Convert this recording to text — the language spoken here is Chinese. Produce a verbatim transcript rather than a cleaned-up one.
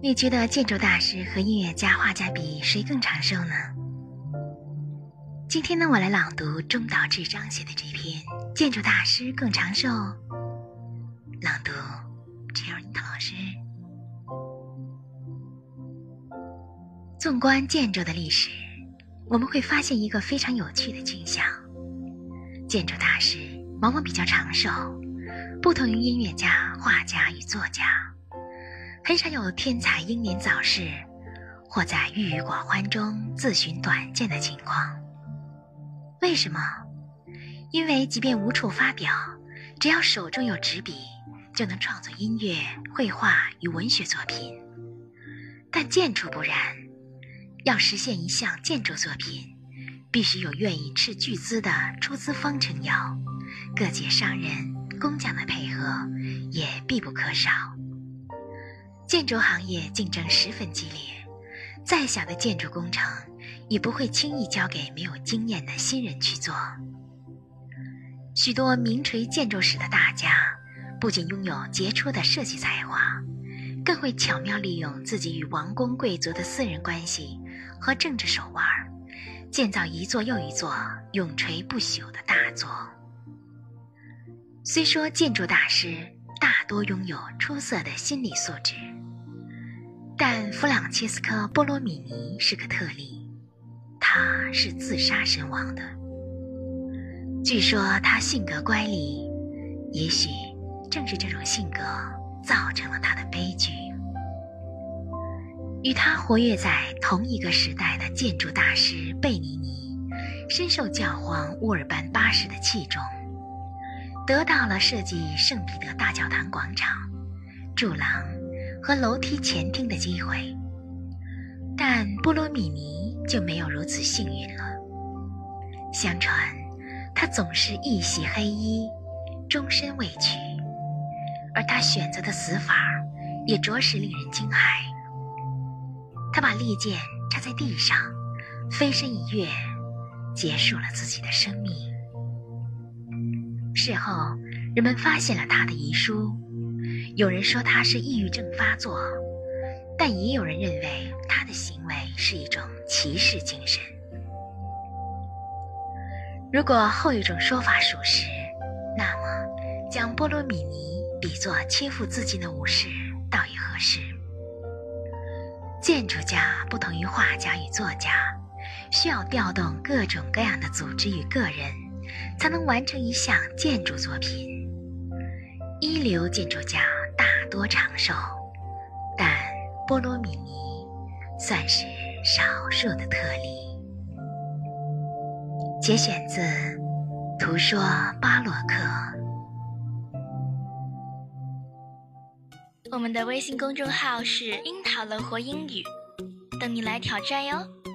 你觉得建筑大师和音乐家、画家比谁更长寿呢？今天呢，我来朗读中岛智章写的这篇《建筑大师更长寿》，朗读只有樱桃老师。纵观建筑的历史，我们会发现一个非常有趣的倾向：建筑大师往往比较长寿，不同于音乐家、画家与作家，很少有天才英年早逝或在郁郁寡欢中自寻短见的情况。为什么？因为即便无处发表，只要手中有纸笔，就能创作音乐、绘画与文学作品。但建筑不然，要实现一项建筑作品，必须有愿意斥巨资的出资方撑腰，各界商人、工匠的配合也必不可少。建筑行业竞争十分激烈，再小的建筑工程也不会轻易交给没有经验的新人去做。许多名垂建筑史的大家，不仅拥有杰出的设计才华，更会巧妙利用自己与王公贵族的私人关系和政治手腕，建造一座又一座永垂不朽的大作。虽说建筑大师大多拥有出色的心理素质，但弗朗切斯科·波罗米尼是个特例，他是自杀身亡的。据说他性格乖戾，也许正是这种性格造成了他的悲剧。与他活跃在同一个时代的建筑大师贝尼尼，深受教皇乌尔班八世的器重，得到了设计圣彼得大教堂广场、柱廊和楼梯前厅的机会，但波罗米尼就没有如此幸运了。相传他总是一袭黑衣，终身未娶，而他选择的死法也着实令人惊骇。他把利剑插在地上，飞身一跃，结束了自己的生命。事后人们发现了他的遗书，有人说他是抑郁症发作，但也有人认为他的行为是一种骑士精神。如果后一种说法属实，那么将波罗米尼比作切腹自尽的武士倒也合适。建筑家不同于画家与作家，需要调动各种各样的组织与个人，才能完成一项建筑作品。一流建筑家大多长寿，但波罗米尼算是少数的特例。节选自图说巴洛克。 我们的微信公众号是樱桃乐活英语，等你来挑战哟。